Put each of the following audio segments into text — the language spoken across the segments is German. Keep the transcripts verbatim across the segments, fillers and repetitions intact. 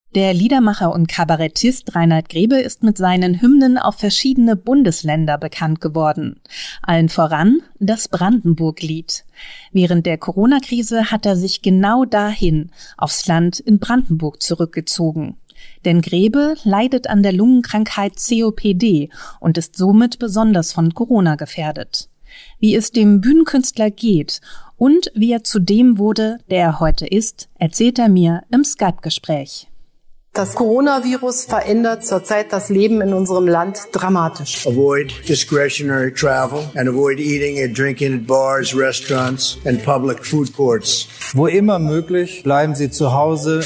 Der Liedermacher und Kabarettist Rainald Grebe ist mit seinen Hymnen auf verschiedene Bundesländer bekannt geworden. Allen voran das Brandenburg-Lied. Während der Corona-Krise hat er sich genau dahin, aufs Land in Brandenburg zurückgezogen. Denn Grebe leidet an der Lungenkrankheit C O P D und ist somit besonders von Corona gefährdet. Wie es dem Bühnenkünstler geht und wie er zu dem wurde, der er heute ist, erzählt er mir im Skype-Gespräch. Das Coronavirus verändert zurzeit das Leben in unserem Land dramatisch. Avoid discretionary travel and avoid eating and drinking at bars, restaurants and public food courts. Wo immer möglich, bleiben Sie zu Hause.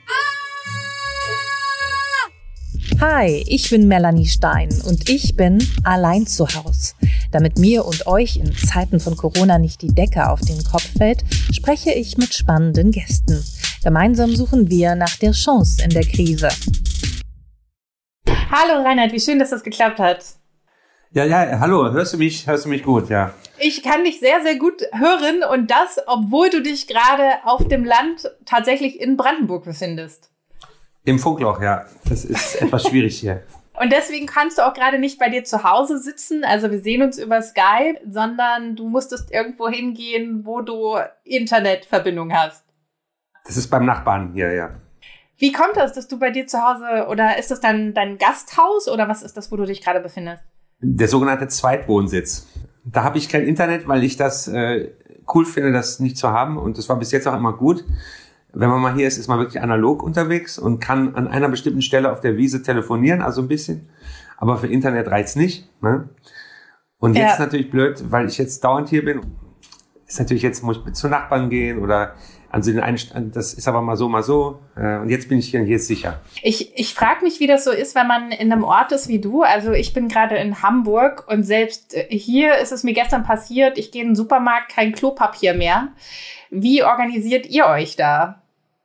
Hi, ich bin Melanie Stein und ich bin allein zu Hause. Damit mir und euch in Zeiten von Corona nicht die Decke auf den Kopf fällt, spreche ich mit spannenden Gästen. Gemeinsam suchen wir nach der Chance in der Krise. Hallo Reinhard, wie schön, dass das geklappt hat. Ja, ja, hallo, hörst du mich, hörst du mich gut, ja. Ich kann dich sehr, sehr gut hören und das, obwohl du dich gerade auf dem Land tatsächlich in Brandenburg befindest. Im Funkloch, ja. Das ist etwas schwierig hier. Und deswegen kannst du auch gerade nicht bei dir zu Hause sitzen. Also wir sehen uns über Skype, sondern du musstest irgendwo hingehen, wo du Internetverbindung hast. Das ist beim Nachbarn hier, ja. Wie kommt das, dass du bei dir zu Hause, oder ist das dann dein Gasthaus oder was ist das, wo du dich gerade befindest? Der sogenannte Zweitwohnsitz. Da habe ich kein Internet, weil ich das äh, cool finde, das nicht zu haben. Und das war bis jetzt auch immer gut. Wenn man mal hier ist, ist man wirklich analog unterwegs und kann an einer bestimmten Stelle auf der Wiese telefonieren, also ein bisschen. Aber für Internet reicht's nicht. Ne? Und jetzt ja. Ist natürlich blöd, weil ich jetzt dauernd hier bin. Ist natürlich jetzt, muss ich zu Nachbarn gehen oder an so den einen, das ist aber mal so, mal so. Und jetzt bin ich hier und hier ist sicher. Ich, ich frage mich, wie das so ist, wenn man in einem Ort ist wie du. Also ich bin gerade in Hamburg und selbst hier ist es mir gestern passiert, ich gehe in den Supermarkt, kein Klopapier mehr. Wie organisiert ihr euch da?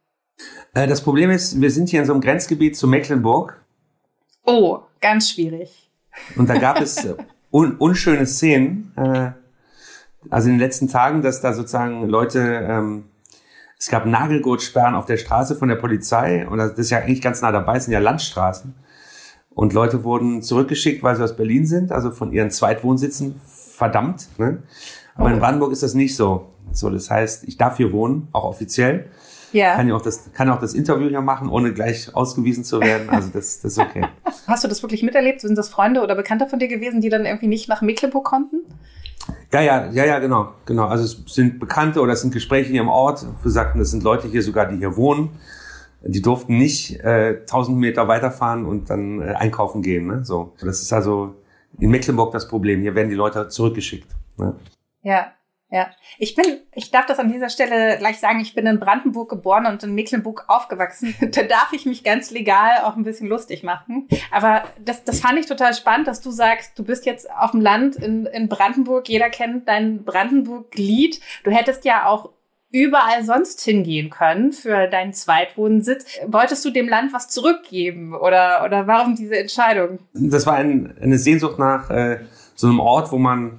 Das Problem ist, wir sind hier in so einem Grenzgebiet zu Mecklenburg. Oh, ganz schwierig. Und da gab es un- unschöne Szenen. Äh, also in den letzten Tagen, dass da sozusagen Leute, ähm, es gab Nagelgurtsperren auf der Straße von der Polizei. Und das ist ja eigentlich ganz nah dabei, es sind ja Landstraßen. Und Leute wurden zurückgeschickt, weil sie aus Berlin sind, also von ihren Zweitwohnsitzen verdammt. Ne? Aber in Brandenburg ist das nicht so. So, das heißt, ich darf hier wohnen, auch offiziell. Ja. Kann ja auch das, kann auch das Interview hier machen, ohne gleich ausgewiesen zu werden. Also das, das ist okay. Hast du das wirklich miterlebt? Sind das Freunde oder Bekannte von dir gewesen, die dann irgendwie nicht nach Mecklenburg konnten? Ja, ja, ja, ja, genau, genau. Also es sind Bekannte oder es sind Gespräche hier im Ort. Wir sagten, das sind Leute hier sogar, die hier wohnen. Die durften nicht äh, tausend Meter weiterfahren und dann äh, einkaufen gehen. Ne? So, das ist also in Mecklenburg das Problem. Hier werden die Leute zurückgeschickt. Ne? Ja. Ja, ich bin, ich darf das an dieser Stelle gleich sagen, ich bin in Brandenburg geboren und in Mecklenburg aufgewachsen. Da darf ich mich ganz legal auch ein bisschen lustig machen. Aber das, das fand ich total spannend, dass du sagst, du bist jetzt auf dem Land in, in Brandenburg. Jeder kennt dein Brandenburg-Lied. Du hättest ja auch überall sonst hingehen können für deinen Zweitwohnsitz. Wolltest du dem Land was zurückgeben oder, oder warum diese Entscheidung? Das war ein, eine Sehnsucht nach äh, so einem Ort, wo man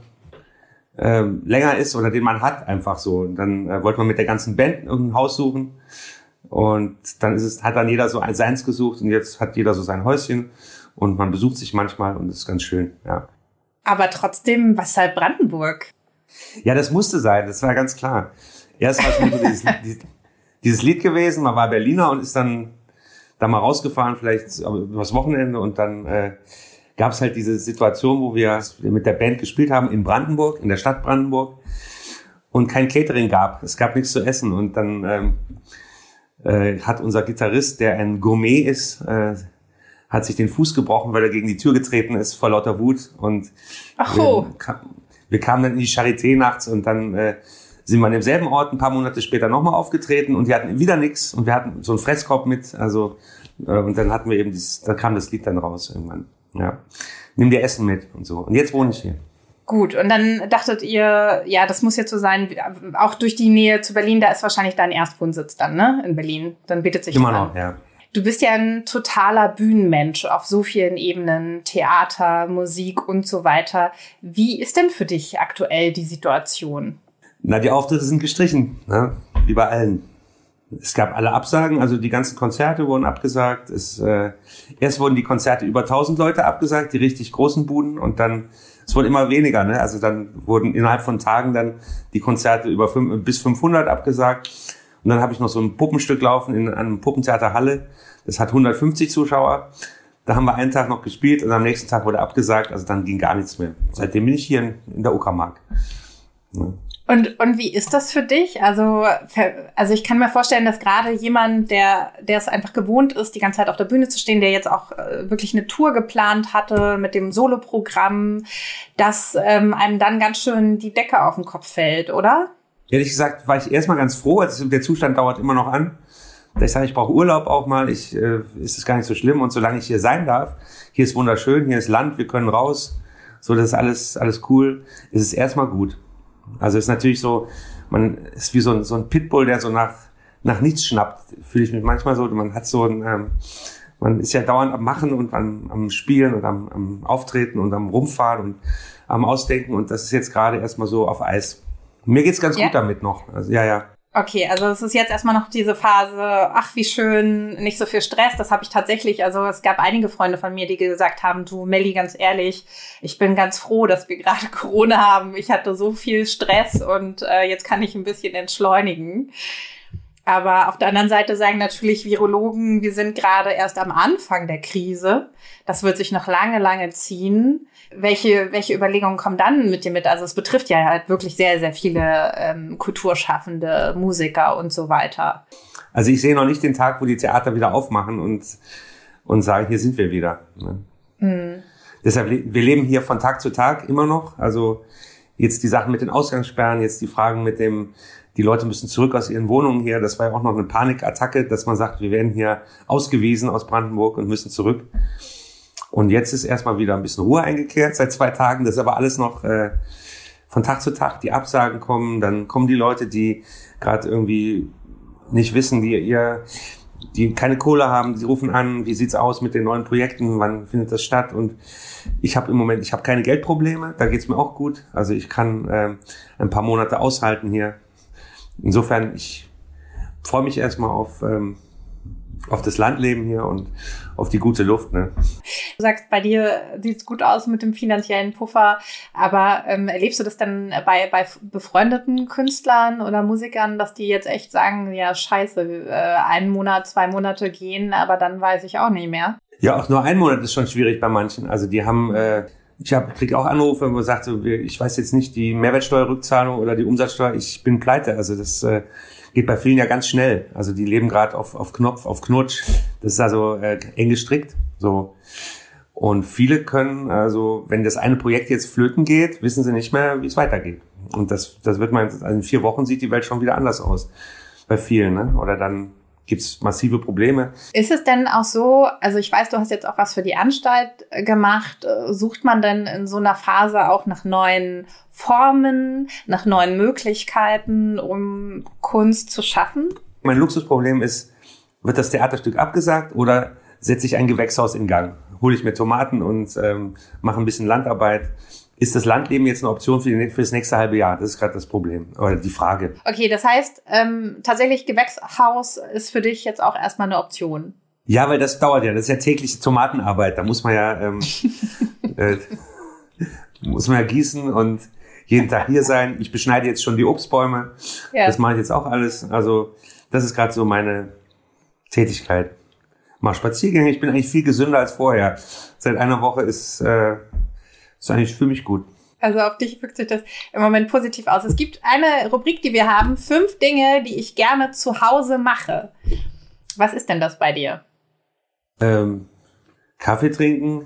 Äh, länger ist oder den man hat, einfach so. Und dann äh, wollte man mit der ganzen Band irgendein Haus suchen und dann ist es, hat dann jeder so ein seins gesucht und jetzt hat jeder so sein Häuschen und man besucht sich manchmal und das ist ganz schön, ja. Aber trotzdem, was halt Brandenburg? Ja, das musste sein, das war ganz klar. Erst war es nur so dieses, dieses Lied gewesen, man war Berliner und ist dann da mal rausgefahren, vielleicht übers Wochenende und dann äh, gab es halt diese Situation, wo wir mit der Band gespielt haben in Brandenburg, in der Stadt Brandenburg und kein Catering gab. Es gab nichts zu essen und dann ähm, äh, hat unser Gitarrist, der ein Gourmet ist, äh, hat sich den Fuß gebrochen, weil er gegen die Tür getreten ist vor lauter Wut und Ach oh. wir, kam, wir kamen dann in die Charité nachts und dann äh, sind wir an demselben Ort ein paar Monate später nochmal aufgetreten und die hatten wieder nichts und wir hatten so einen Fresskorb mit, also äh, und dann hatten wir eben dieses, da kam das Lied dann raus irgendwann. Ja, nimm dir Essen mit und so. Und jetzt wohne ich hier. Gut, und dann dachtet ihr, ja, das muss jetzt so sein, auch durch die Nähe zu Berlin, da ist wahrscheinlich dein Erstwohnsitz dann, ne, in Berlin. Dann bietet sich immer das an. noch, ja. Du bist ja ein totaler Bühnenmensch auf so vielen Ebenen, Theater, Musik und so weiter. Wie ist denn für dich aktuell die Situation? Na, die Auftritte sind gestrichen, ne? Wie bei allen. Es gab alle Absagen, also die ganzen Konzerte wurden abgesagt. Es, äh, erst wurden die Konzerte über tausend Leute abgesagt, die richtig großen Buden, und dann, es wurden immer weniger, ne? Also dann wurden innerhalb von Tagen dann die Konzerte über fünf, bis fünfhundert abgesagt. Und dann habe ich noch so ein Puppenstück laufen in einem Puppentheater Halle. Das hat hundertfünfzig Zuschauer. Da haben wir einen Tag noch gespielt und am nächsten Tag wurde abgesagt. Also dann ging gar nichts mehr. Seitdem bin ich hier in, in der Uckermark. Ja. Und, und wie ist das für dich? Also, also ich kann mir vorstellen, dass gerade jemand, der, der es einfach gewohnt ist, die ganze Zeit auf der Bühne zu stehen, der jetzt auch äh, wirklich eine Tour geplant hatte mit dem Soloprogramm, dass ähm, einem dann ganz schön die Decke auf den Kopf fällt, oder? Ehrlich gesagt war ich erstmal ganz froh. Also der Zustand dauert immer noch an. Ich sage, ich brauche Urlaub auch mal. Ich, äh, ist es gar nicht so schlimm. Und solange ich hier sein darf, hier ist wunderschön, hier ist Land, wir können raus. So, das ist alles, alles cool. Es ist erstmal gut. Also es ist natürlich so, man ist wie so ein, so ein Pitbull, der so nach, nach nichts schnappt. Fühle ich mich manchmal so. Man hat so ein, ähm, man ist ja dauernd am Machen und am, am Spielen und am, am Auftreten und am Rumfahren und am Ausdenken. Und das ist jetzt gerade erstmal so auf Eis. Mir geht's ganz ja. gut damit noch. Also, ja, ja. Okay, also es ist jetzt erstmal noch diese Phase, ach wie schön, nicht so viel Stress, das habe ich tatsächlich, also es gab einige Freunde von mir, die gesagt haben, du Melli, ganz ehrlich, ich bin ganz froh, dass wir gerade Corona haben, ich hatte so viel Stress und äh, jetzt kann ich ein bisschen entschleunigen. Aber auf der anderen Seite sagen natürlich Virologen, wir sind gerade erst am Anfang der Krise, das wird sich noch lange, lange ziehen. Welche, welche Überlegungen kommen dann mit dir mit? Also es betrifft ja halt wirklich sehr, sehr viele ähm, Kulturschaffende, Musiker und so weiter. Also ich sehe noch nicht den Tag, wo die Theater wieder aufmachen und, und sagen, hier sind wir wieder. Ne? Mhm. Deshalb, wir leben hier von Tag zu Tag immer noch. Also jetzt die Sachen mit den Ausgangssperren, jetzt die Fragen mit dem, die Leute müssen zurück aus ihren Wohnungen hier. Das war ja auch noch eine Panikattacke, dass man sagt, wir werden hier ausgewiesen aus Brandenburg und müssen zurück. Und jetzt ist erstmal wieder ein bisschen Ruhe eingekehrt seit zwei Tagen. Das ist aber alles noch äh, von Tag zu Tag. Die Absagen kommen, dann kommen die Leute, die gerade irgendwie nicht wissen, die ihr, die keine Kohle haben, die rufen an, wie sieht's aus mit den neuen Projekten, wann findet das statt? Und ich habe im Moment, ich habe keine Geldprobleme, da geht's mir auch gut. Also ich kann äh, ein paar Monate aushalten hier. Insofern, ich freue mich erstmal auf ähm, auf das Landleben hier und auf die gute Luft, ne? Du sagst, bei dir sieht's gut aus mit dem finanziellen Puffer, aber ähm, erlebst du das dann bei, bei befreundeten Künstlern oder Musikern, dass die jetzt echt sagen, ja scheiße, äh, einen Monat, zwei Monate gehen, aber dann weiß ich auch nicht mehr? Ja, auch nur ein Monat ist schon schwierig bei manchen. Also die haben, äh, ich hab, krieg auch Anrufe, wo man sagt, so, ich weiß jetzt nicht, die Mehrwertsteuerrückzahlung oder die Umsatzsteuer, ich bin pleite. Also das äh, geht bei vielen ja ganz schnell. Also die leben gerade auf, auf Knopf, auf Knutsch. Das ist also äh, eng gestrickt. So. Und viele können, also wenn das eine Projekt jetzt flöten geht, wissen sie nicht mehr, wie es weitergeht. Und das, das wird man, also in vier Wochen sieht die Welt schon wieder anders aus. Bei vielen, ne? Oder dann gibt's massive Probleme. Ist es denn auch so, also ich weiß, du hast jetzt auch was für die Anstalt gemacht, sucht man denn in so einer Phase auch nach neuen Formen, nach neuen Möglichkeiten, um Kunst zu schaffen? Mein Luxusproblem ist, wird das Theaterstück abgesagt oder setze ich ein Gewächshaus in Gang? Hole ich mir Tomaten und ähm, mache ein bisschen Landarbeit? Ist das Landleben jetzt eine Option für, die, für das nächste halbe Jahr? Das ist gerade das Problem oder die Frage. Okay, das heißt, ähm, tatsächlich Gewächshaus ist für dich jetzt auch erstmal eine Option. Ja, weil das dauert ja. Das ist ja tägliche Tomatenarbeit. Da muss man ja ähm, äh, muss man ja gießen und jeden Tag hier sein. Ich beschneide jetzt schon die Obstbäume. Ja. Das mache ich jetzt auch alles. Also das ist gerade so meine Tätigkeit. Mach Spaziergänge. Ich bin eigentlich viel gesünder als vorher. Seit einer Woche ist äh, ist eigentlich für mich gut. Also auf dich wirkt sich das im Moment positiv aus. Es gibt eine Rubrik, die wir haben. Fünf Dinge, die ich gerne zu Hause mache. Was ist denn das bei dir? Ähm, Kaffee trinken,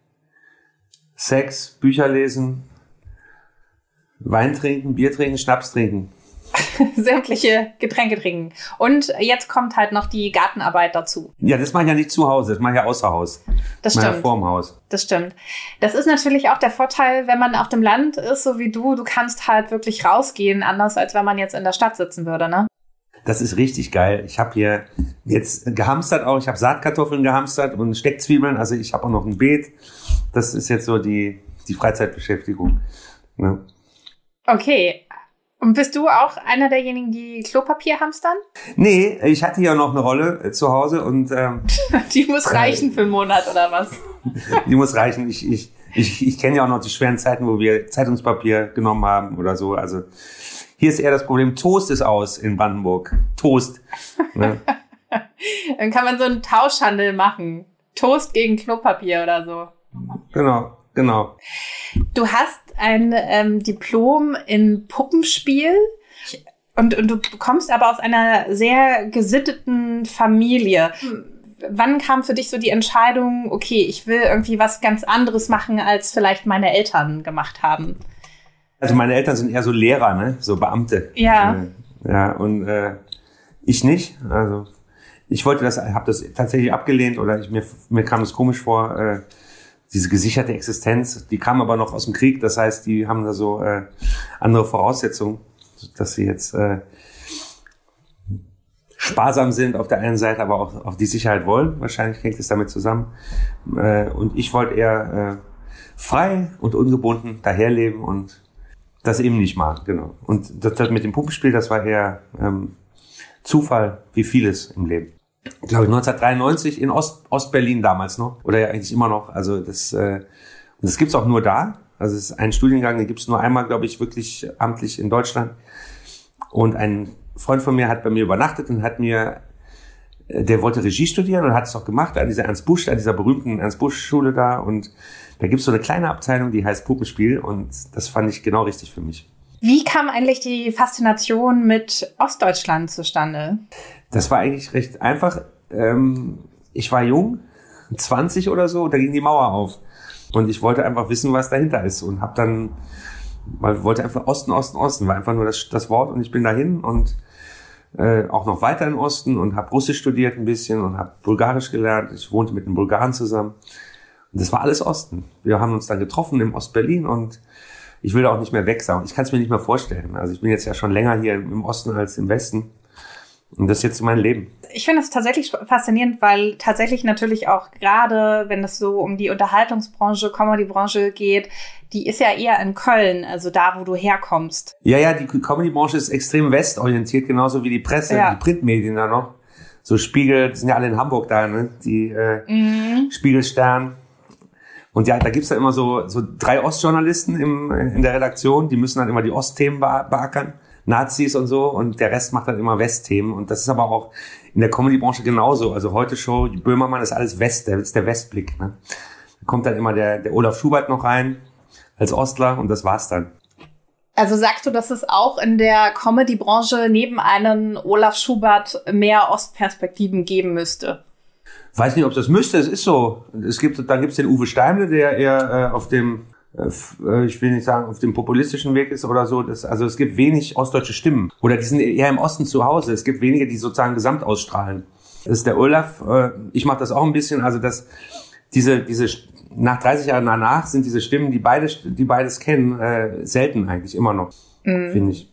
Sex, Bücher lesen, Wein trinken, Bier trinken, Schnaps trinken. Sämtliche Getränke trinken. Und jetzt kommt halt noch die Gartenarbeit dazu. Ja, das mache ich ja nicht zu Hause, das mache ich ja außer Haus. Das stimmt. Ja vorm Haus. Das stimmt. Das ist natürlich auch der Vorteil, wenn man auf dem Land ist, so wie du. Du kannst halt wirklich rausgehen, anders als wenn man jetzt in der Stadt sitzen würde, ne? Das ist richtig geil. Ich habe hier jetzt gehamstert auch. Ich habe Saatkartoffeln gehamstert und Steckzwiebeln. Also ich habe auch noch ein Beet. Das ist jetzt so die, die Freizeitbeschäftigung. Ne? Okay. Und bist du auch einer derjenigen, die Klopapier hamstern? Nee, ich hatte ja noch eine Rolle äh, zu Hause und ähm, die muss reichen äh, für einen Monat oder was? Die muss reichen. Ich, ich, ich, ich kenne ja auch noch die schweren Zeiten, wo wir Zeitungspapier genommen haben oder so. Also hier ist eher das Problem, Toast ist aus in Brandenburg. Toast. Ne? Dann kann man so einen Tauschhandel machen. Toast gegen Klopapier oder so. Genau, genau. Du hast ein ähm, Diplom in Puppenspiel und, und du kommst aber aus einer sehr gesitteten Familie. Wann kam für dich so die Entscheidung, okay, ich will irgendwie was ganz anderes machen, als vielleicht meine Eltern gemacht haben? Also meine Eltern sind eher so Lehrer, ne, so Beamte. Ja. Äh, ja, und äh, ich nicht. Also ich wollte das, habe das tatsächlich abgelehnt oder ich, mir, mir kam das komisch vor, äh, diese gesicherte Existenz. Die kam aber noch aus dem Krieg, das heißt, die haben da so äh, andere Voraussetzungen, dass sie jetzt äh, sparsam sind auf der einen Seite, aber auch auf die Sicherheit wollen. Wahrscheinlich hängt es damit zusammen. Äh, und ich wollte eher äh, frei und ungebunden daherleben und das eben nicht mal, genau. Und das, das mit dem Puppenspiel, das war eher ähm, Zufall, wie vieles im Leben. Ich glaube, neunzehnhundertdreiundneunzig in Ost, Ostberlin damals noch, oder ja eigentlich immer noch. Also das, äh, und das gibt's auch nur da. Also es ist ein Studiengang, den gibt's nur einmal, glaube ich, wirklich amtlich in Deutschland. Und ein Freund von mir hat bei mir übernachtet und hat mir, der wollte Regie studieren und hat es auch gemacht an dieser Ernst Busch, an dieser berühmten Ernst Busch Schule da. Und da gibt's so eine kleine Abteilung, die heißt Puppenspiel und das fand ich genau richtig für mich. Wie kam eigentlich die Faszination mit Ostdeutschland zustande? Das war eigentlich recht einfach. Ähm, ich war jung, zwanzig oder so, da ging die Mauer auf. Und ich wollte einfach wissen, was dahinter ist. Und hab dann, weil wollte einfach Osten, Osten, Osten, war einfach nur das, das Wort. Und ich bin dahin und äh, auch noch weiter im Osten und habe Russisch studiert ein bisschen und habe Bulgarisch gelernt. Ich wohnte mit einem Bulgaren zusammen. Und das war alles Osten. Wir haben uns dann getroffen im Ostberlin und ich will da auch nicht mehr weg sagen. Ich kann es mir nicht mehr vorstellen. Also ich bin jetzt ja schon länger hier im Osten als im Westen. Und das ist jetzt mein Leben. Ich finde es tatsächlich faszinierend, weil tatsächlich natürlich auch gerade, wenn es so um die Unterhaltungsbranche, Comedy-Branche geht, die ist ja eher in Köln, also da, wo du herkommst. Ja, ja, die Comedy-Branche ist extrem westorientiert, genauso wie die Presse, ja. Die Printmedien da noch. So Spiegel, die sind ja alle in Hamburg da, ne? Die äh, mhm. Spiegelstern. Und ja, da gibt's dann immer so so drei Ostjournalisten im, in der Redaktion, die müssen dann immer die Ostthemen beackern. Nazis und so und der Rest macht dann immer Westthemen und das ist aber auch in der Comedy-Branche genauso. Also Heute Show, Böhmermann ist alles West, das ist der Westblick. Ne? Da kommt dann immer der, der Olaf Schubert noch rein als Ostler und das war's dann. Also sagst du, dass es auch in der Comedy-Branche neben einem Olaf Schubert mehr Ostperspektiven geben müsste? Weiß nicht, ob das müsste, es ist so. Es gibt, dann gibt's den Uwe Steimle, der eher äh, auf dem ich will nicht sagen, auf dem populistischen Weg ist oder so. Das, also es gibt wenig ostdeutsche Stimmen. Oder die sind eher im Osten zu Hause. Es gibt wenige, die sozusagen gesamt ausstrahlen. Das ist der Olaf. Ich mache das auch ein bisschen. Also das, diese, diese, nach dreißig Jahren danach sind diese Stimmen, die beide, die beides kennen, äh, selten eigentlich immer noch, mhm. finde ich.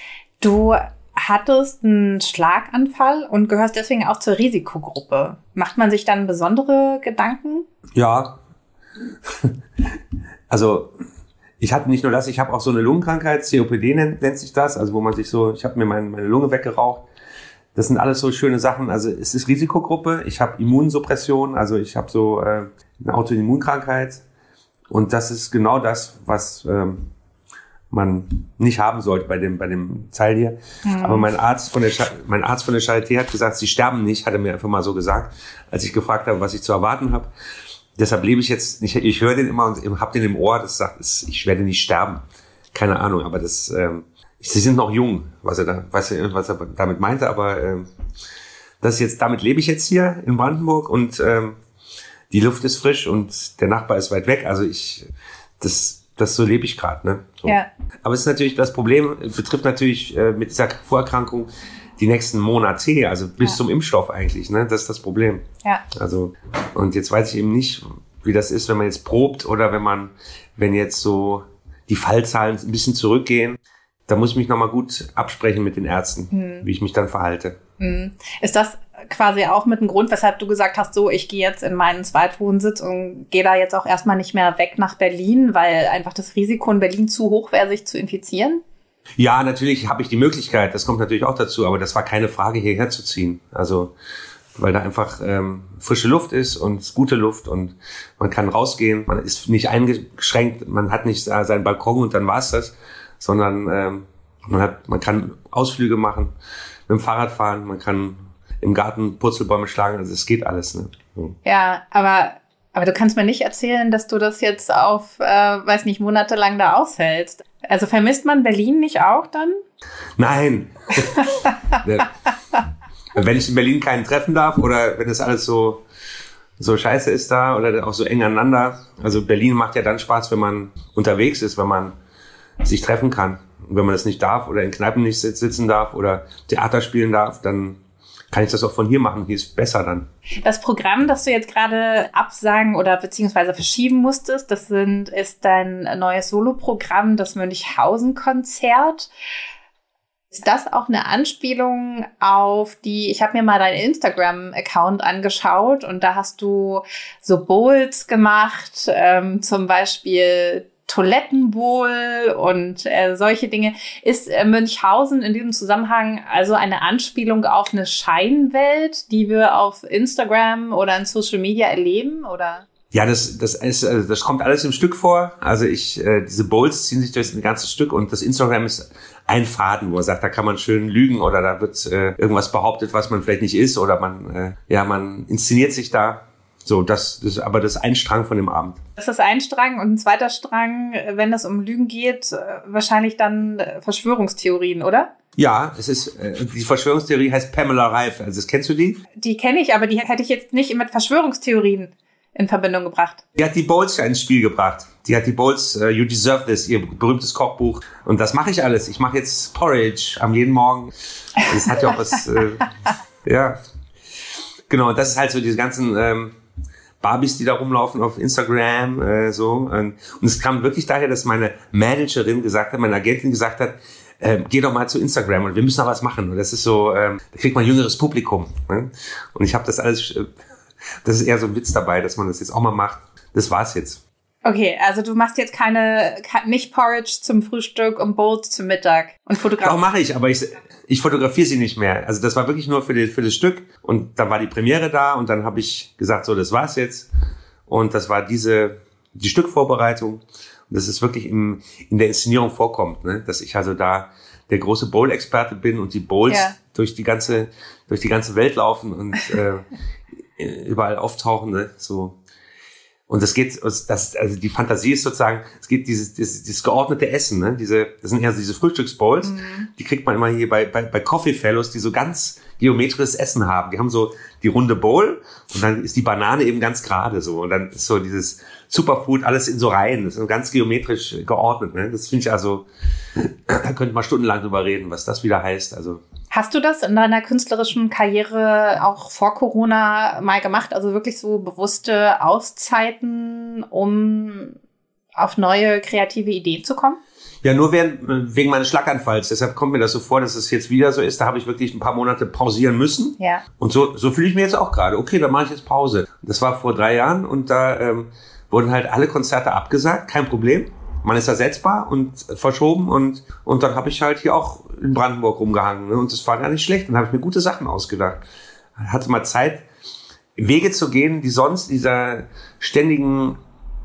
Du hattest einen Schlaganfall und gehörst deswegen auch zur Risikogruppe. Macht man sich dann besondere Gedanken? Ja. Also ich hatte nicht nur das, ich habe auch so eine Lungenkrankheit, C O P D nennt, nennt sich das, also wo man sich so, ich habe mir meine, meine Lunge weggeraucht. Das sind alles so schöne Sachen. Also es ist Risikogruppe, ich habe Immunsuppression, also ich habe so äh, eine Autoimmunkrankheit und das ist genau das, was ähm, man nicht haben sollte bei dem bei dem Teil hier. Mhm. Aber mein Arzt von der Sch- mein Arzt von der Charité hat gesagt, sie sterben nicht, hat er mir einfach mal so gesagt, als ich gefragt habe, was ich zu erwarten habe. Deshalb lebe ich jetzt, ich, ich höre den immer und habe den im Ohr, das sagt, ich werde nicht sterben. Keine Ahnung, aber das, ähm, sie sind noch jung, was er da, weiß ich, was er damit meinte, aber ähm, das ist jetzt, damit lebe ich jetzt hier in Brandenburg und ähm, die Luft ist frisch und der Nachbar ist weit weg. Also ich, das, das so lebe ich gerade, ne? So. Ja. Aber es ist natürlich, das Problem betrifft natürlich äh, mit dieser Vorerkrankung die nächsten Monate, also bis ja. zum Impfstoff eigentlich, ne? Das ist das Problem. Ja. Also, und jetzt weiß ich eben nicht, wie das ist, wenn man jetzt probt oder wenn man, wenn jetzt so die Fallzahlen ein bisschen zurückgehen. Da muss ich mich nochmal gut absprechen mit den Ärzten, hm. wie ich mich dann verhalte. Hm. Ist das quasi auch mit einem Grund, weshalb du gesagt hast, so, ich gehe jetzt in meinen Zweitwohnsitz und gehe da jetzt auch erstmal nicht mehr weg nach Berlin, weil einfach das Risiko in Berlin zu hoch wäre, sich zu infizieren? Ja, natürlich habe ich die Möglichkeit, das kommt natürlich auch dazu, aber das war keine Frage, hierher zu ziehen. Also, weil da einfach ähm, frische Luft ist und gute Luft und man kann rausgehen, man ist nicht eingeschränkt, man hat nicht äh, seinen Balkon und dann war's das, sondern ähm, man hat, man kann Ausflüge machen, mit dem Fahrrad fahren, man kann im Garten Purzelbäume schlagen, also es geht alles. Ne? So. Ja, aber aber du kannst mir nicht erzählen, dass du das jetzt auf, äh, weiß nicht, monatelang da aushältst. Also vermisst man Berlin nicht auch dann? Nein. Wenn ich in Berlin keinen treffen darf oder wenn das alles so so scheiße ist da oder auch so eng aneinander. Also Berlin macht ja dann Spaß, wenn man unterwegs ist, wenn man sich treffen kann. Und wenn man das nicht darf oder in Kneipen nicht sitzen darf oder Theater spielen darf, dann kann ich das auch von hier machen. Hier ist besser dann. Das Programm, das du jetzt gerade absagen oder beziehungsweise verschieben musstest, das sind, ist dein neues Soloprogramm, das Münchhausen-Konzert. Ist das auch eine Anspielung auf die, ich habe mir mal deinen Instagram-Account angeschaut und da hast du so Bowls gemacht, ähm, zum Beispiel Toilettenbowl und äh, solche Dinge. Ist äh, Münchhausen in diesem Zusammenhang also eine Anspielung auf eine Scheinwelt, die wir auf Instagram oder in Social Media erleben, oder? Ja, das das ist also das kommt alles im Stück vor. Also ich äh, diese Bowls ziehen sich durch ein ganzes Stück und das Instagram ist ein Faden, wo er sagt, da kann man schön lügen oder da wird äh, irgendwas behauptet, was man vielleicht nicht ist oder man äh, ja man inszeniert sich da. So, das, das ist aber das ist ein Strang von dem Abend. Das ist ein Strang und ein zweiter Strang, wenn es um Lügen geht, wahrscheinlich dann Verschwörungstheorien, oder? Ja, es ist äh, die Verschwörungstheorie heißt Pamela Reif. Also das kennst du die? Die kenne ich, aber die hätte ich jetzt nicht mit Verschwörungstheorien in Verbindung gebracht. Die hat die Bowls ja ins Spiel gebracht. Die hat die Bowls, uh, You Deserve This, ihr berühmtes Kochbuch. Und das mache ich alles. Ich mache jetzt Porridge am jeden Morgen. Das hat ja auch was, äh, ja. Genau, und das ist halt so diese ganzen ähm, Barbies, die da rumlaufen auf Instagram, äh, so. Und es kam wirklich daher, dass meine Managerin gesagt hat, meine Agentin gesagt hat, äh, geh doch mal zu Instagram und wir müssen da was machen. Und das ist so, ähm, da kriegt man jüngeres Publikum. Ne? Und ich habe das alles, äh, das ist eher so ein Witz dabei, dass man das jetzt auch mal macht. Das war's jetzt. Okay, also du machst jetzt keine, nicht Porridge zum Frühstück und Bowls zum Mittag und fotografierst. Doch, mache ich, aber ich, ich fotografiere sie nicht mehr. Also das war wirklich nur für, die, für das Stück und dann war die Premiere da und dann habe ich gesagt, so, das war's jetzt. Und das war diese, die Stückvorbereitung. Und das ist wirklich im, in der Inszenierung vorkommt, ne? Dass ich also da der große Bowl-Experte bin und die Bowls ja. durch die ganze, durch die ganze Welt laufen und äh, überall auftauchen, ne? So. Und das geht, das, also die Fantasie ist sozusagen, es geht dieses, dieses, dieses geordnete Essen, ne? Diese, das sind eher so diese Frühstücksbowls, mhm. die kriegt man immer hier bei, bei, bei Coffee Fellows, die so ganz geometrisches Essen haben. Die haben so die runde Bowl und dann ist die Banane eben ganz gerade so und dann ist so dieses Superfood alles in so Reihen, das ist so ganz geometrisch geordnet, ne? Das finde ich also, da könnte man stundenlang drüber reden, was das wieder heißt, also. Hast du das in deiner künstlerischen Karriere auch vor Corona mal gemacht? Also wirklich so bewusste Auszeiten, um auf neue kreative Ideen zu kommen? Ja, nur während, wegen meines Schlaganfalls. Deshalb kommt mir das so vor, dass es jetzt wieder so ist. Da habe ich wirklich ein paar Monate pausieren müssen. Ja. Und so, so fühle ich mich jetzt auch gerade. Okay, dann mache ich jetzt Pause. Das war vor drei Jahren und da ähm, wurden halt alle Konzerte abgesagt. Kein Problem. Man ist ersetzbar und verschoben und und dann habe ich halt hier auch in Brandenburg rumgehangen, ne? Und das war gar nicht schlecht. Dann habe ich mir gute Sachen ausgedacht. Hatte mal Zeit, Wege zu gehen, die sonst dieser ständigen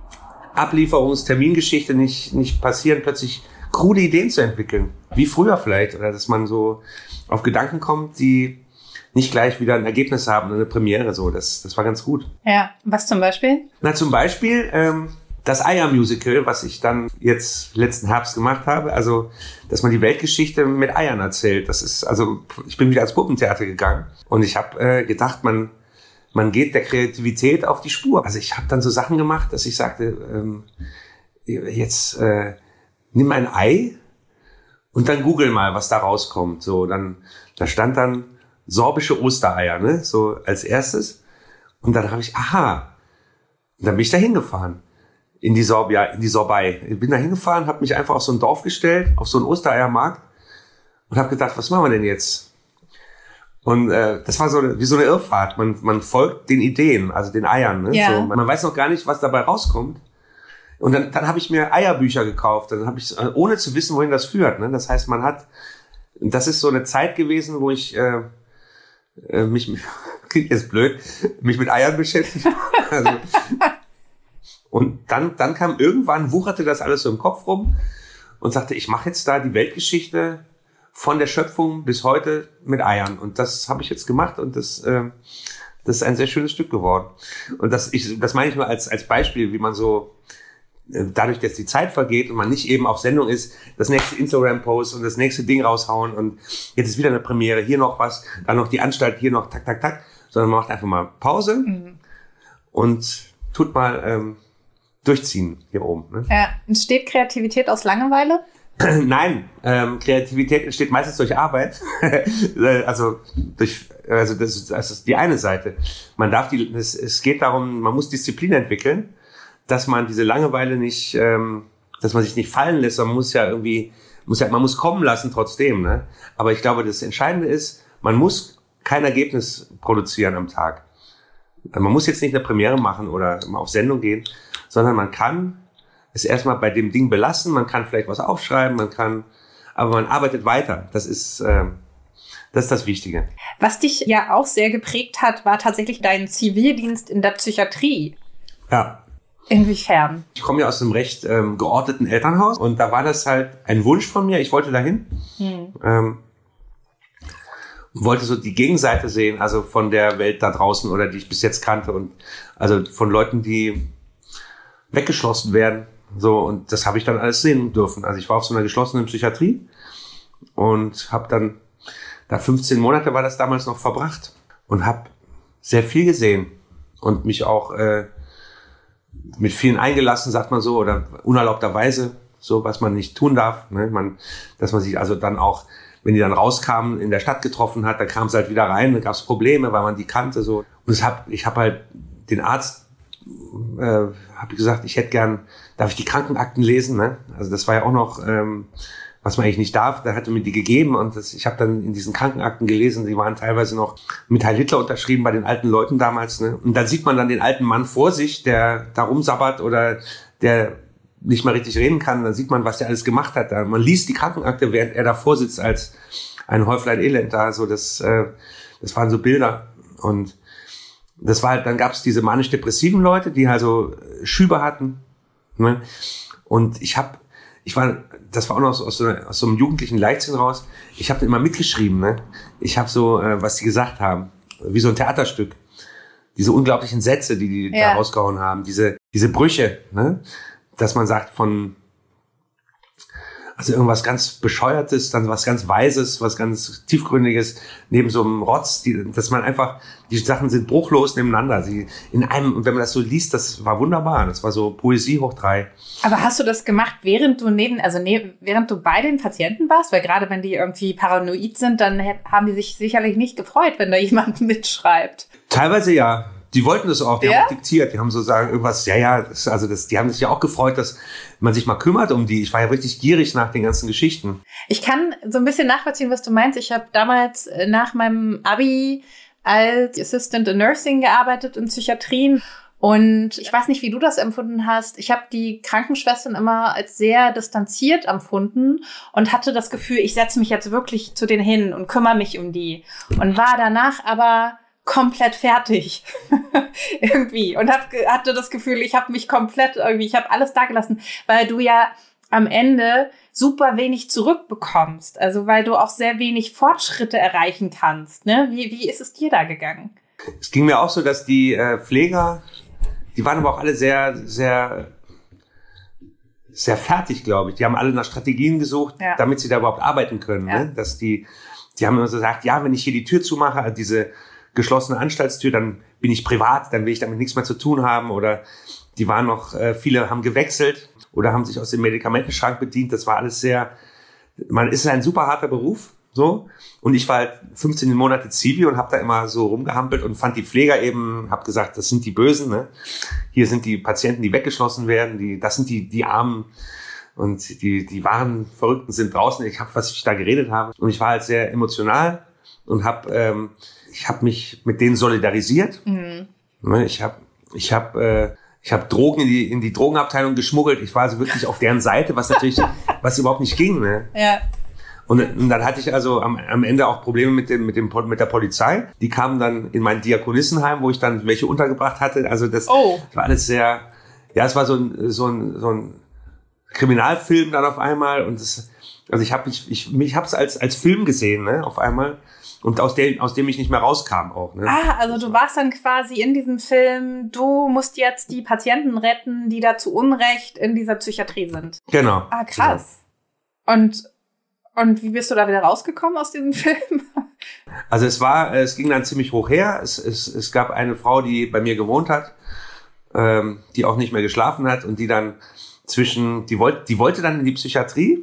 Ablieferungstermingeschichte nicht nicht passieren, plötzlich krude Ideen zu entwickeln, wie früher vielleicht, oder dass man so auf Gedanken kommt, die nicht gleich wieder ein Ergebnis haben, eine Premiere, so. Das das war ganz gut. Ja, was zum Beispiel? Na, zum Beispiel ähm, das Eier-Musical, was ich dann jetzt letzten Herbst gemacht habe, also, dass man die Weltgeschichte mit Eiern erzählt. Das ist, also, ich bin wieder ans Puppentheater gegangen und ich habe äh, gedacht, man man geht der Kreativität auf die Spur. Also ich habe dann so Sachen gemacht, dass ich sagte, ähm, jetzt äh, nimm ein Ei und dann google mal, was da rauskommt. So, dann da stand dann sorbische Ostereier, ne, so als erstes. Und dann habe ich, aha, und dann bin ich da hingefahren. In die Sorbia, in die Sorbei. Ich bin da hingefahren, habe mich einfach auf so ein Dorf gestellt, auf so einen Ostereiermarkt und habe gedacht, was machen wir denn jetzt? Und äh, das war so eine, wie so eine Irrfahrt. Man, man folgt den Ideen, also den Eiern. Ne? Ja. So, man weiß noch gar nicht, was dabei rauskommt. Und dann, dann habe ich mir Eierbücher gekauft. Dann habe ich, ohne zu wissen, wohin das führt. Ne? Das heißt, man hat, das ist so eine Zeit gewesen, wo ich äh, äh, mich, klingt jetzt blöd, mich mit Eiern beschäftigt. Also, und dann, dann kam irgendwann, wucherte das alles so im Kopf rum und sagte, ich mache jetzt da die Weltgeschichte von der Schöpfung bis heute mit Eiern. Und das habe ich jetzt gemacht und das, äh, das ist ein sehr schönes Stück geworden. Und das, ich, das meine ich nur als, als Beispiel, wie man so, dadurch, dass die Zeit vergeht und man nicht eben auf Sendung ist, das nächste Instagram-Post und das nächste Ding raushauen und jetzt ist wieder eine Premiere, hier noch was, dann noch die Anstalt, hier noch tak, tak, tak, sondern man macht einfach mal Pause mhm. und tut mal ähm, durchziehen hier oben. Ne? Ja, entsteht Kreativität aus Langeweile? Nein, ähm, Kreativität entsteht meistens durch Arbeit. also durch, also das ist, das ist die eine Seite. Man darf die, es, es geht darum, man muss Disziplin entwickeln, dass man diese Langeweile nicht, ähm, dass man sich nicht fallen lässt, man muss ja irgendwie, muss ja, man muss kommen lassen trotzdem, ne? Aber ich glaube, das Entscheidende ist, man muss kein Ergebnis produzieren am Tag. Man muss jetzt nicht eine Premiere machen oder mal auf Sendung gehen, sondern man kann es erstmal bei dem Ding belassen, man kann vielleicht was aufschreiben, man kann, aber man arbeitet weiter. Das ist, äh, das ist das Wichtige. Was dich ja auch sehr geprägt hat, war tatsächlich dein Zivildienst in der Psychiatrie. Ja. Inwiefern? Ich komme ja aus einem recht ähm, geordneten Elternhaus und da war das halt ein Wunsch von mir. Ich wollte dahin. Hm. Ähm, wollte so die Gegenseite sehen, also von der Welt da draußen oder die ich bis jetzt kannte und also von Leuten, die weggeschlossen werden. So, und das habe ich dann alles sehen dürfen. Also ich war auf so einer geschlossenen Psychiatrie und habe dann da fünfzehn Monate war das damals noch verbracht und habe sehr viel gesehen und mich auch äh, mit vielen eingelassen, sagt man so, oder unerlaubterweise, so was man nicht tun darf. Ne? Man, dass man sich also dann auch, wenn die dann rauskamen, in der Stadt getroffen hat, dann kam es halt wieder rein, dann gab es Probleme, weil man die kannte. So. Und es hab, ich habe halt den Arzt, äh, habe gesagt, ich hätte gern, darf ich die Krankenakten lesen? Ne? Also das war ja auch noch, ähm, was man eigentlich nicht darf. Da hatte mir die gegeben und das, ich habe dann in diesen Krankenakten gelesen, die waren teilweise noch mit Heil Hitler unterschrieben bei den alten Leuten damals. Ne? Und dann sieht man dann den alten Mann vor sich, der da rumsabbert oder der nicht mal richtig reden kann. Dann sieht man, was der alles gemacht hat. Da. Man liest die Krankenakte, während er davor sitzt als ein Häuflein Elend da. So das, äh, das waren so Bilder. Und das war halt, dann gab es diese manisch-depressiven Leute, die also Schübe hatten. Ne? Und ich habe Ich war, das war auch noch aus, aus, so, aus so einem jugendlichen Leichtsinn raus. Ich habe immer mitgeschrieben, ne? Ich habe so, äh, was die gesagt haben, wie so ein Theaterstück. Diese unglaublichen Sätze, die die ja. da rausgehauen haben, diese diese Brüche, ne? Dass man sagt von, also irgendwas ganz Bescheuertes, dann was ganz Weises, was ganz Tiefgründiges, neben so einem Rotz, die, dass man einfach, die Sachen sind bruchlos nebeneinander. Sie in einem, und wenn man das so liest, das war wunderbar. Das war so Poesie hoch drei. Aber hast du das gemacht, während du neben, also neben, während du bei den Patienten warst? Weil gerade wenn die irgendwie paranoid sind, dann haben die sich sicherlich nicht gefreut, wenn da jemand mitschreibt. Teilweise ja. Die wollten das auch, die ja? haben auch diktiert, die haben so sagen, irgendwas, ja, ja, das, also das, die haben sich ja auch gefreut, dass man sich mal kümmert um die. Ich war ja richtig gierig nach den ganzen Geschichten. Ich kann so ein bisschen nachvollziehen, was du meinst. Ich habe damals nach meinem Abi als Assistant in Nursing gearbeitet in Psychiatrien. Und ich weiß nicht, wie du das empfunden hast. Ich habe die Krankenschwestern immer als sehr distanziert empfunden und hatte das Gefühl, ich setze mich jetzt wirklich zu denen hin und kümmere mich um die. Und war danach aber komplett fertig irgendwie und hab, hatte das Gefühl, ich habe mich komplett irgendwie, ich habe alles da gelassen, weil du ja am Ende super wenig zurückbekommst, also weil du auch sehr wenig Fortschritte erreichen kannst. Ne? Wie, wie ist es dir da gegangen? Es ging mir auch so, dass die äh, Pfleger, die waren aber auch alle sehr, sehr, sehr fertig, glaube ich. Die haben alle nach Strategien gesucht, ja. damit sie da überhaupt arbeiten können. Ja. Ne? Dass die, die haben immer so gesagt, ja, wenn ich hier die Tür zumache, also diese geschlossene Anstaltstür, dann bin ich privat, dann will ich damit nichts mehr zu tun haben. Oder die waren noch, äh, viele haben gewechselt oder haben sich aus dem Medikamentenschrank bedient. Das war alles sehr, man ist ein super harter Beruf, so. Und ich war halt fünfzehn Monate Zivi und habe da immer so rumgehampelt und fand die Pfleger eben, habe gesagt, das sind die Bösen, ne? Hier sind die Patienten, die weggeschlossen werden, die, das sind die, die Armen und die, die wahren Verrückten sind draußen. Ich habe, was ich da geredet habe. Und ich war halt sehr emotional und habe, ähm, ich habe mich mit denen solidarisiert. Mhm. Ich habe, ich habe, äh, Ich habe Drogen in die, in die Drogenabteilung geschmuggelt. Ich war also wirklich auf deren Seite, was natürlich, was überhaupt nicht ging. Ne? Ja. Und, und dann hatte ich also am, am Ende auch Probleme mit dem, mit dem, mit der Polizei. Die kamen dann in mein Diakonissenheim, wo ich dann welche untergebracht hatte. Also das oh. war alles sehr, ja, es war so ein, so ein, so ein Kriminalfilm dann auf einmal. Und das, also ich habe mich, ich, mich hab's als, als Film gesehen, ne, auf einmal. Und aus dem, aus dem ich nicht mehr rauskam auch. Ne? Ah, also du warst dann quasi in diesem Film, du musst jetzt die Patienten retten, die da zu Unrecht in dieser Psychiatrie sind. Genau. Ah, krass. Genau. Und Und wie bist du da wieder rausgekommen aus diesem Film? Also es war, es ging dann ziemlich hoch her. Es, es, es gab eine Frau, die bei mir gewohnt hat, ähm, die auch nicht mehr geschlafen hat und die dann zwischen, die wollte, die wollte dann in die Psychiatrie,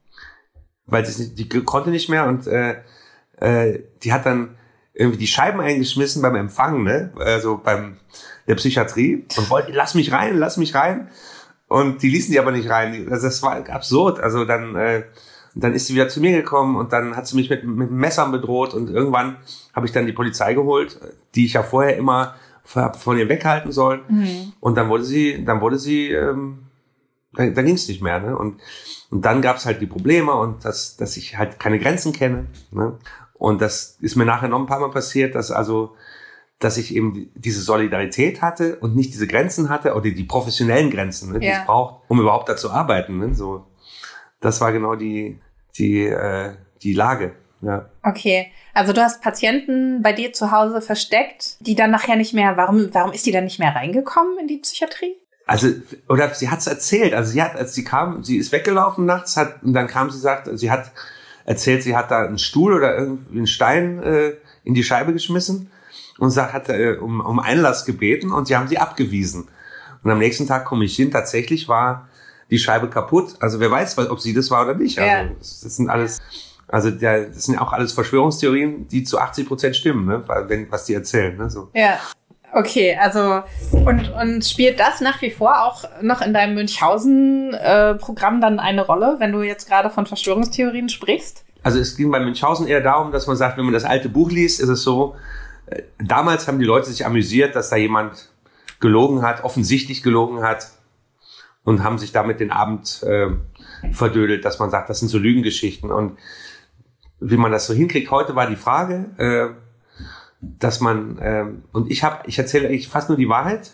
weil sie nicht, die konnte nicht mehr und äh, äh, die hat dann irgendwie die Scheiben eingeschmissen beim Empfang, ne, also beim der Psychiatrie und wollte, lass mich rein, lass mich rein. Und die ließen die aber nicht rein. Also das war absurd. Also dann äh, Und dann ist sie wieder zu mir gekommen und dann hat sie mich mit, mit Messern bedroht und irgendwann habe ich dann die Polizei geholt, die ich ja vorher immer von ihr weghalten soll. Mhm. Und dann wurde sie, dann wurde sie, ähm, dann, dann ging es nicht mehr. Ne? Und, und dann gab es halt die Probleme und dass, dass ich halt keine Grenzen kenne. Ne? Und das ist mir nachher noch ein paar Mal passiert, dass also, dass ich eben diese Solidarität hatte und nicht diese Grenzen hatte oder die professionellen Grenzen, ne, die ja. es braucht, um überhaupt da zu arbeiten. Ne? So, das war genau die die äh, die Lage. Ja. Okay, also du hast Patienten bei dir zu Hause versteckt, die dann nachher nicht mehr, warum warum ist die dann nicht mehr reingekommen in die Psychiatrie? Also, oder sie hat's erzählt, also sie hat, als sie kam, sie ist weggelaufen nachts, hat, und dann kam sie, sagt, sie hat erzählt, sie hat da einen Stuhl oder irgendwie einen Stein äh, in die Scheibe geschmissen und sagt, hat äh, um, um Einlass gebeten und sie haben sie abgewiesen. Und am nächsten Tag komme ich hin, tatsächlich war die Scheibe kaputt. Also wer weiß, ob sie das war oder nicht. Also ja. das, das sind alles, also der, das sind auch alles Verschwörungstheorien, die zu achtzig Prozent stimmen, ne, wenn, was die erzählen. Ne, so. Ja. Okay, also und und spielt das nach wie vor auch noch in deinem Münchhausen-Programm äh, dann eine Rolle, wenn du jetzt gerade von Verschwörungstheorien sprichst? Also es ging bei Münchhausen eher darum, dass man sagt, wenn man das alte Buch liest, ist es so, äh, damals haben die Leute sich amüsiert, dass da jemand gelogen hat, offensichtlich gelogen hat und haben sich damit den Abend äh, verdödelt, dass man sagt, das sind so Lügengeschichten. Und wie man das so hinkriegt, heute war die Frage, äh, dass man, ähm, und ich habe, ich erzähle eigentlich fast nur die Wahrheit,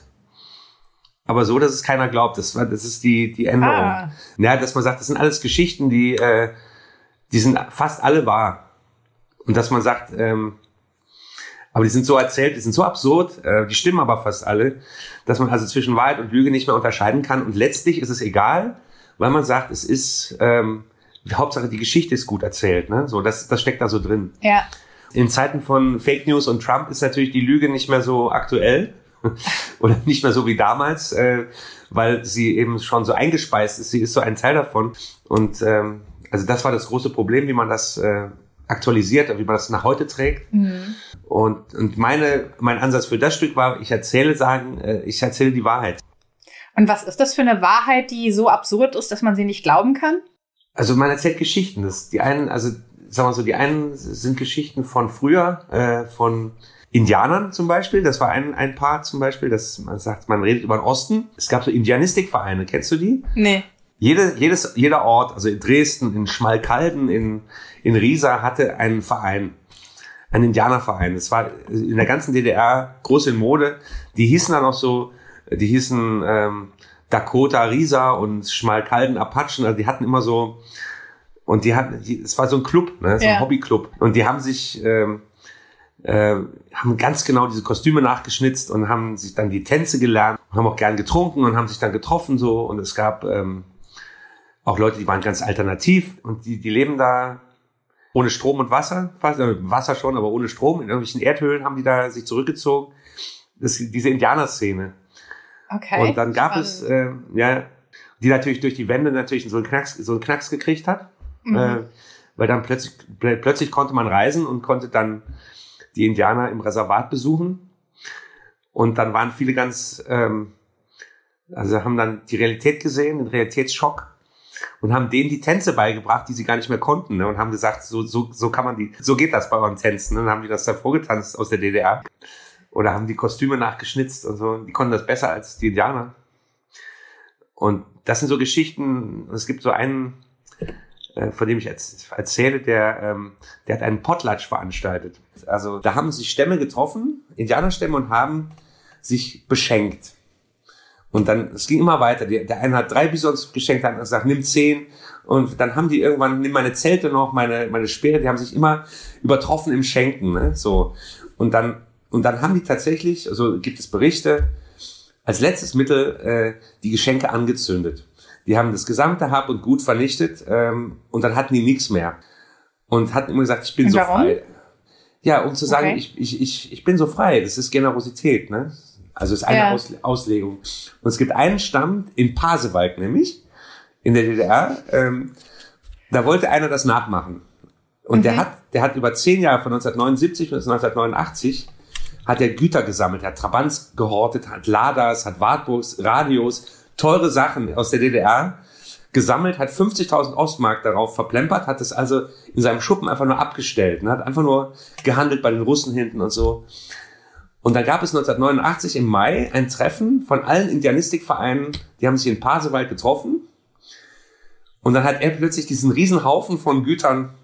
aber so, dass es keiner glaubt. Das, das ist die, die Änderung. Ah. Ja, dass man sagt, das sind alles Geschichten, die, äh, die sind fast alle wahr. Und dass man sagt, ähm, aber die sind so erzählt, die sind so absurd, äh, die stimmen aber fast alle, dass man also zwischen Wahrheit und Lüge nicht mehr unterscheiden kann. Und letztlich ist es egal, weil man sagt, es ist, ähm, Hauptsache die Geschichte ist gut erzählt. Ne? So, das, das steckt da so drin. Ja. In Zeiten von Fake News und Trump ist natürlich die Lüge nicht mehr so aktuell oder nicht mehr so wie damals, äh, weil sie eben schon so eingespeist ist. Sie ist so ein Teil davon. Und ähm, also das war das große Problem, wie man das äh, aktualisiert, wie man das nach heute trägt. Mhm. Und und meine mein Ansatz für das Stück war, ich erzähle sagen, äh, ich erzähle die Wahrheit. Und was ist das für eine Wahrheit, die so absurd ist, dass man sie nicht glauben kann? Also man erzählt Geschichten. Das die einen, also sagen wir so, die einen sind Geschichten von früher, äh, von Indianern zum Beispiel. Das war ein, ein Paar zum Beispiel, das man sagt, man redet über den Osten. Es gab so Indianistikvereine, kennst du die? Nee. Jede, jedes, jeder Ort, also in Dresden, in Schmalkalden, in, in Riesa hatte einen Verein, einen Indianerverein. Das war in der ganzen D D R groß in Mode. Die hießen dann auch so, die hießen ähm, Dakota Riesa und Schmalkalden Apachen. Also die hatten immer so, und die hatten, die, es war so ein Club, ne, so ein ja. Hobbyclub. Und die haben sich, ähm, äh, haben ganz genau diese Kostüme nachgeschnitzt und haben sich dann die Tänze gelernt, und haben auch gern getrunken und haben sich dann getroffen so. Und es gab ähm, auch Leute, die waren ganz alternativ und die, die leben da ohne Strom und Wasser, Wasser schon, aber ohne Strom. In irgendwelchen Erdhöhlen haben die da sich zurückgezogen. Das ist diese Indianerszene. Okay. Und dann gab es, äh, ja, die natürlich durch die Wände natürlich so einen Knacks, so einen Knacks gekriegt hat. Mhm. Äh, weil dann plötzlich, plötzlich konnte man reisen und konnte dann die Indianer im Reservat besuchen. Und dann waren viele ganz, ähm, also haben dann die Realität gesehen, den Realitätsschock und haben denen die Tänze beigebracht, die sie gar nicht mehr konnten, ne? Und haben gesagt, so, so, so kann man die, so geht das bei euren Tänzen, ne? Und dann haben die das dann vorgetanzt aus der D D R. Oder haben die Kostüme nachgeschnitzt und so. Die konnten das besser als die Indianer. Und das sind so Geschichten, es gibt so einen, äh, von dem ich jetzt erzähle, der, ähm, der hat einen Potlatch veranstaltet. Also da haben sich Stämme getroffen, Indianerstämme, und haben sich beschenkt. Und dann, es ging immer weiter. Der, der eine hat drei Bisons geschenkt, der andere gesagt, nimm zehn. Und dann haben die irgendwann, nimm meine Zelte noch, meine, meine Speere, die haben sich immer übertroffen im Schenken, ne, so. Und dann, und dann haben die tatsächlich, also gibt es Berichte, als letztes Mittel, äh, die Geschenke angezündet. Die haben das gesamte Hab und Gut vernichtet, ähm, und dann hatten die nichts mehr. Und hatten immer gesagt, ich bin und so warum? frei. Ja, um zu sagen, Okay. ich, ich, ich, ich bin so frei. Das ist Generosität, ne? Also ist eine Ja. Aus, Auslegung. Und es gibt einen Stamm in Pasewalk, nämlich in der D D R. Ähm, da wollte einer das nachmachen. Und Mhm. der hat, der hat über zehn Jahre, von neunzehnhundertneunundsiebzig bis neunzehnhundertneunundachtzig, hat er Güter gesammelt, hat Trabants gehortet, hat Ladas, hat Wartburgs, Radios, teure Sachen aus der D D R gesammelt, hat fünfzigtausend Ostmark darauf verplempert, hat es also in seinem Schuppen einfach nur abgestellt, ne, hat einfach nur gehandelt bei den Russen hinten und so. Und dann gab es neunzehnhundertneunundachtzig im Mai ein Treffen von allen Indianistikvereinen, die haben sich in Pasewalk getroffen. Und dann hat er plötzlich diesen riesen Haufen von Gütern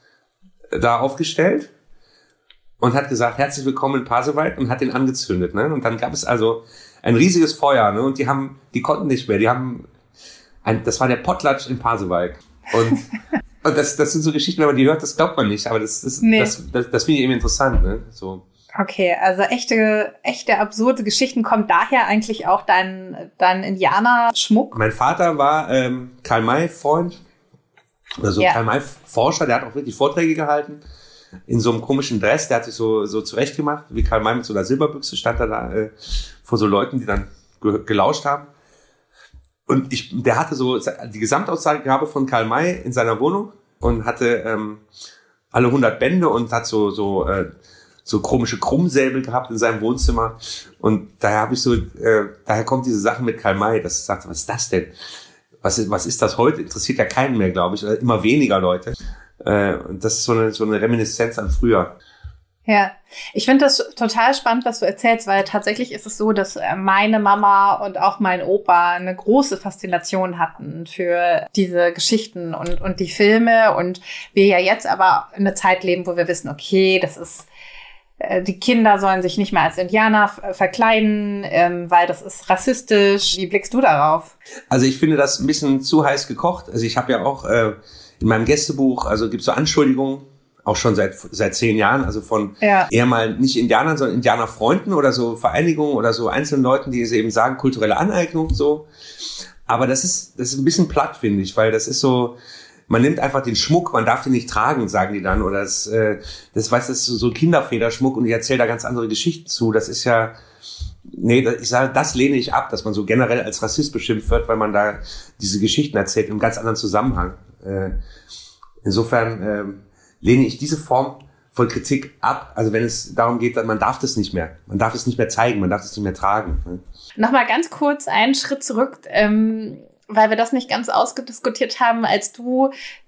da aufgestellt und hat gesagt, herzlich willkommen in Pasewalk, und hat den angezündet, ne? Und dann gab es also ein riesiges Feuer, ne? Und die haben, die konnten nicht mehr, die haben, ein, das war der Potlatch in Pasewalk. Und, und das, das sind so Geschichten, wenn man die hört, das glaubt man nicht, aber das, das, Nee. das, das, das finde ich eben interessant, ne? So. Okay, also echte, echte absurde Geschichten. Kommt daher eigentlich auch dein, dein Indianer-Schmuck? Mein Vater war ähm, Karl-May-Freund, oder so Ja. Karl-May-Forscher, der hat auch wirklich Vorträge gehalten in so einem komischen Dress, der hat sich so, so zurechtgemacht, wie Karl May mit so einer Silberbüchse, stand er da äh, vor so Leuten, die dann ge- gelauscht haben. Und ich, der hatte so die Gesamtausgabe von Karl May in seiner Wohnung und hatte ähm, alle hundert Bände und hat so so äh, so komische Krummsäbel gehabt in seinem Wohnzimmer. Und daher habe ich so, äh, daher kommt diese Sache mit Karl May, dass ich sagte, was ist das denn? Was ist, was ist das heute? Interessiert ja keinen mehr, glaube ich, oder immer weniger Leute. Äh, und das ist so eine, so eine Reminiszenz an früher. Ja, ich finde das total spannend, was du erzählst, weil tatsächlich ist es so, dass meine Mama und auch mein Opa eine große Faszination hatten für diese Geschichten und, und die Filme, und wir ja jetzt aber in einer Zeit leben, wo wir wissen, okay, das ist, äh, die Kinder sollen sich nicht mehr als Indianer f- verkleiden, ähm, weil das ist rassistisch. Wie blickst du darauf? Also ich finde das ein bisschen zu heiß gekocht. Also ich habe ja auch äh, in meinem Gästebuch, also gibt es so Anschuldigungen, auch schon seit seit zehn Jahren, also von Ja. eher mal nicht Indianern, sondern Indianerfreunden oder so Vereinigungen oder so einzelnen Leuten, die eben sagen, kulturelle Aneignung, so. Aber das ist, das ist ein bisschen platt, finde ich, weil das ist so, man nimmt einfach den Schmuck, man darf den nicht tragen, sagen die dann, oder das, äh, das weiß, das ist so Kinderfederschmuck und ich erzähle da ganz andere Geschichten zu. Das ist ja, nee, ich sage, das lehne ich ab, dass man so generell als Rassist beschimpft wird, weil man da diese Geschichten erzählt in einem ganz anderen Zusammenhang. Äh, insofern, ähm, lehne ich diese Form von Kritik ab, also wenn es darum geht, man darf das nicht mehr, man darf es nicht mehr zeigen, man darf es nicht mehr tragen. Nochmal ganz kurz einen Schritt zurück, ähm, weil wir das nicht ganz ausgediskutiert haben, als du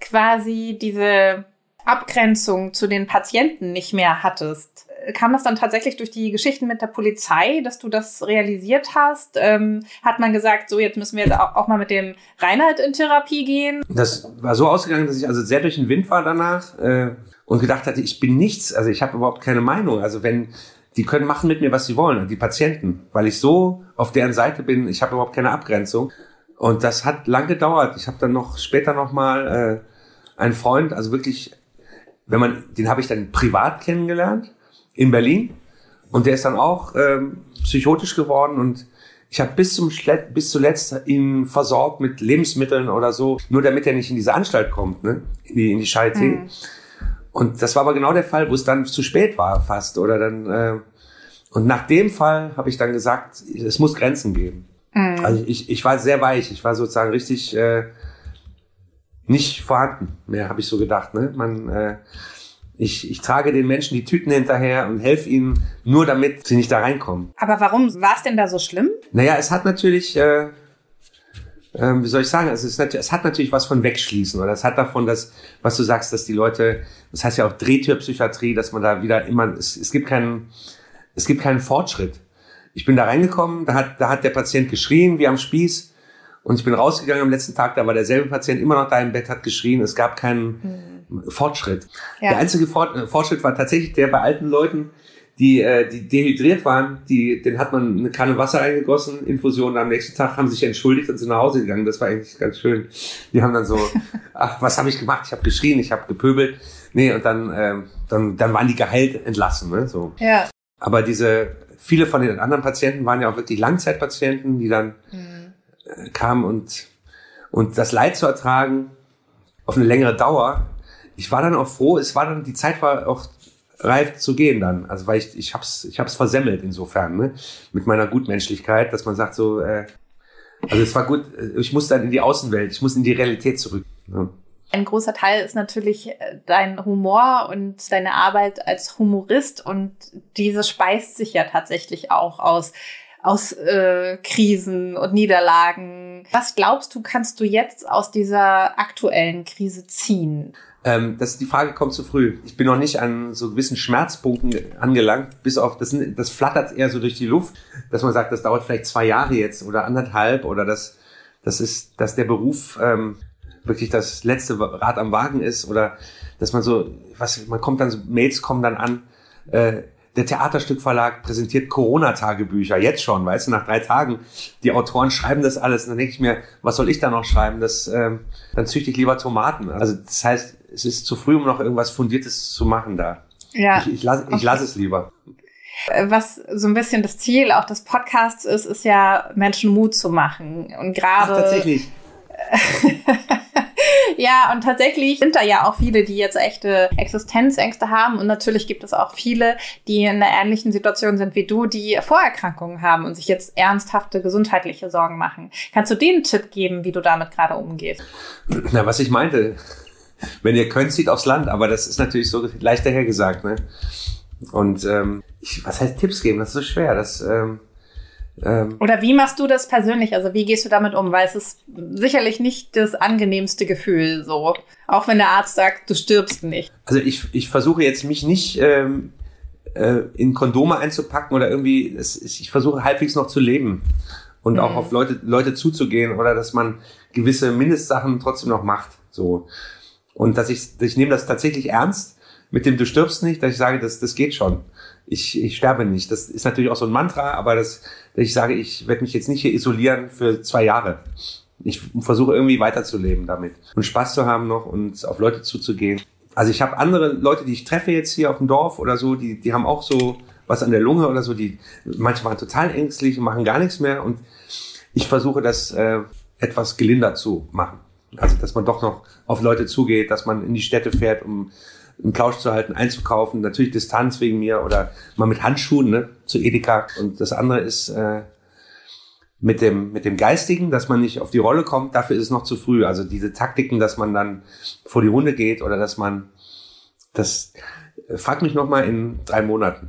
quasi diese Abgrenzung zu den Patienten nicht mehr hattest. Kam das dann tatsächlich durch die Geschichten mit der Polizei, dass du das realisiert hast? Ähm, hat man gesagt, so jetzt müssen wir jetzt auch, auch mal mit dem Reinhard in Therapie gehen? Das war so ausgegangen, dass ich also sehr durch den Wind war danach äh, und gedacht hatte, ich bin nichts, also ich habe überhaupt keine Meinung. Also wenn, die können machen mit mir, was sie wollen, die Patienten, weil ich so auf deren Seite bin, ich habe überhaupt keine Abgrenzung. Und das hat lang gedauert. Ich habe dann noch später noch mal äh, einen Freund, also wirklich, wenn man, den habe ich dann privat kennengelernt in Berlin, und der ist dann auch ähm, psychotisch geworden, und ich habe bis zum Schle- bis zuletzt ihn versorgt mit Lebensmitteln oder so, nur damit er nicht in diese Anstalt kommt, ne, in die in die Charité. Mhm. Und das war aber genau der Fall, wo es dann zu spät war fast, oder dann äh, und nach dem Fall habe ich dann gesagt, es muss Grenzen geben. Mhm. Also ich ich war sehr weich, ich war sozusagen richtig äh, nicht vorhanden mehr, habe ich so gedacht, ne? Man äh, Ich, ich trage den Menschen die Tüten hinterher und helfe ihnen nur, damit sie nicht da reinkommen. Aber warum war es denn da so schlimm? Naja, es hat natürlich, äh, äh, wie soll ich sagen, es, ist nat- es hat natürlich was von Wegschließen, oder es hat davon, dass, was du sagst, dass die Leute, das heißt ja auch Drehtürpsychiatrie, dass man da wieder immer, es, es gibt keinen, es gibt keinen Fortschritt. Ich bin da reingekommen, da hat, da hat der Patient geschrien wie am Spieß, Und ich bin rausgegangen am letzten Tag, da war derselbe Patient immer noch da im Bett, hat geschrien, es gab keinen mhm. Fortschritt. Ja. Der einzige Fortschritt war tatsächlich der bei alten Leuten, die, äh, die dehydriert waren, die, denen hat man eine Kanne Wasser eingegossen, Infusion, am nächsten Tag haben sich entschuldigt und sind nach Hause gegangen. Das war eigentlich ganz schön. Die haben dann so, ach, was habe ich gemacht? Ich habe geschrien, ich habe gepöbelt. Nee, und dann, äh, dann, dann waren die geheilt entlassen. Ne? So. Ja. Aber diese, viele von den anderen Patienten waren ja auch wirklich Langzeitpatienten, die dann mhm. äh, kamen und, und das Leid zu ertragen auf eine längere Dauer. Ich war dann auch froh, es war dann, die Zeit war auch reif zu gehen dann, also weil ich ich hab's ich hab's versemmelt insofern, ne, mit meiner Gutmenschlichkeit, dass man sagt so, äh, also es war gut, ich muss dann in die Außenwelt, ich muss in die Realität zurück. Ja. Ein großer Teil ist natürlich dein Humor und deine Arbeit als Humorist und diese speist sich ja tatsächlich auch aus aus äh, Krisen und Niederlagen. Was glaubst du, kannst du jetzt aus dieser aktuellen Krise ziehen? Ähm, das, die Frage kommt zu früh. Ich bin noch nicht an so gewissen Schmerzpunkten angelangt, bis auf, das, das flattert eher so durch die Luft, dass man sagt, das dauert vielleicht zwei Jahre jetzt oder anderthalb oder dass, das ist, dass der Beruf ähm, wirklich das letzte Rad am Wagen ist oder dass man so, was, man kommt dann so, Mails kommen dann an, äh, der Theaterstückverlag präsentiert Corona-Tagebücher, jetzt schon, weißt du, nach drei Tagen. Die Autoren schreiben das alles und dann denke ich mir, was soll ich da noch schreiben? Das, ähm, dann züchte ich lieber Tomaten. Also das heißt, es ist zu früh, um noch irgendwas Fundiertes zu machen da. Ja. Ich, ich lasse ich okay. lass es lieber. Was so ein bisschen das Ziel auch des Podcasts ist, ist ja, Menschen Mut zu machen. Und gerade... Ach, tatsächlich. Ja, und tatsächlich sind da ja auch viele, die jetzt echte Existenzängste haben. Und natürlich gibt es auch viele, die in einer ähnlichen Situation sind wie du, die Vorerkrankungen haben und sich jetzt ernsthafte gesundheitliche Sorgen machen. Kannst du denen einen Tipp geben, wie du damit gerade umgehst? Na, was ich meinte, wenn ihr könnt, zieht aufs Land. Aber das ist natürlich so leicht dahergesagt, ne? Und ähm, ich, was heißt Tipps geben? Das ist so schwer. Das ähm, ähm, Oder wie machst du das persönlich? Also wie gehst du damit um? Weil es ist sicherlich nicht das angenehmste Gefühl, so. Auch wenn der Arzt sagt, du stirbst nicht. Also ich, ich versuche jetzt mich nicht ähm, äh, in Kondome einzupacken oder irgendwie, es, ich versuche halbwegs noch zu leben und mhm. auch auf Leute, Leute zuzugehen oder dass man gewisse Mindestsachen trotzdem noch macht, so. Und dass ich, ich nehme das tatsächlich ernst mit dem du stirbst nicht, dass ich sage, das, das geht schon. Ich, ich sterbe nicht. Das ist natürlich auch so ein Mantra, aber das, dass ich sage, ich werde mich jetzt nicht hier isolieren für zwei Jahre. Ich versuche irgendwie weiterzuleben damit und Spaß zu haben noch und auf Leute zuzugehen. Also ich habe andere Leute, die ich treffe jetzt hier auf dem Dorf oder so, die, die haben auch so was an der Lunge oder so. Die manche waren total ängstlich und machen gar nichts mehr. Und ich versuche das äh, etwas gelindert zu machen. Also dass man doch noch auf Leute zugeht, dass man in die Städte fährt, um einen Plausch zu halten, einzukaufen, natürlich Distanz wegen mir oder mal mit Handschuhen, ne, zu Edeka. Und das andere ist äh, mit dem mit dem Geistigen, dass man nicht auf die Rolle kommt, dafür ist es noch zu früh. Also diese Taktiken, dass man dann vor die Hunde geht oder dass man, das, äh, frag mich noch mal in drei Monaten.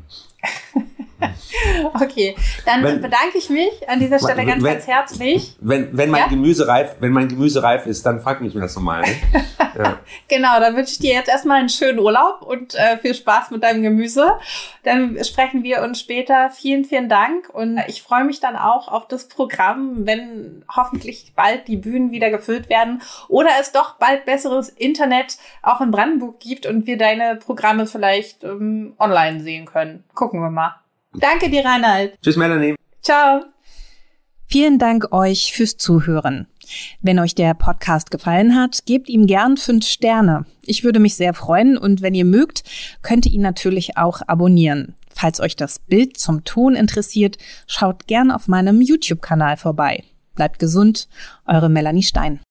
Okay, dann wenn, bedanke ich mich an dieser Stelle ganz, wenn, ganz herzlich. Wenn, wenn mein ja? Gemüse reif, wenn mein Gemüse reif ist, dann frag mich das nochmal. Ne? Ja. Genau, dann wünsche ich dir jetzt erstmal einen schönen Urlaub und äh, viel Spaß mit deinem Gemüse. Dann sprechen wir uns später. Vielen, vielen Dank und ich freue mich dann auch auf das Programm, wenn hoffentlich bald die Bühnen wieder gefüllt werden oder es doch bald besseres Internet auch in Brandenburg gibt und wir deine Programme vielleicht ähm, online sehen können. Gucken wir mal. Danke dir, Reinhard. Tschüss, Melanie. Ciao. Vielen Dank euch fürs Zuhören. Wenn euch der Podcast gefallen hat, gebt ihm gern fünf Sterne. Ich würde mich sehr freuen und wenn ihr mögt, könnt ihr ihn natürlich auch abonnieren. Falls euch das Bild zum Ton interessiert, schaut gern auf meinem YouTube-Kanal vorbei. Bleibt gesund, eure Melanie Stein.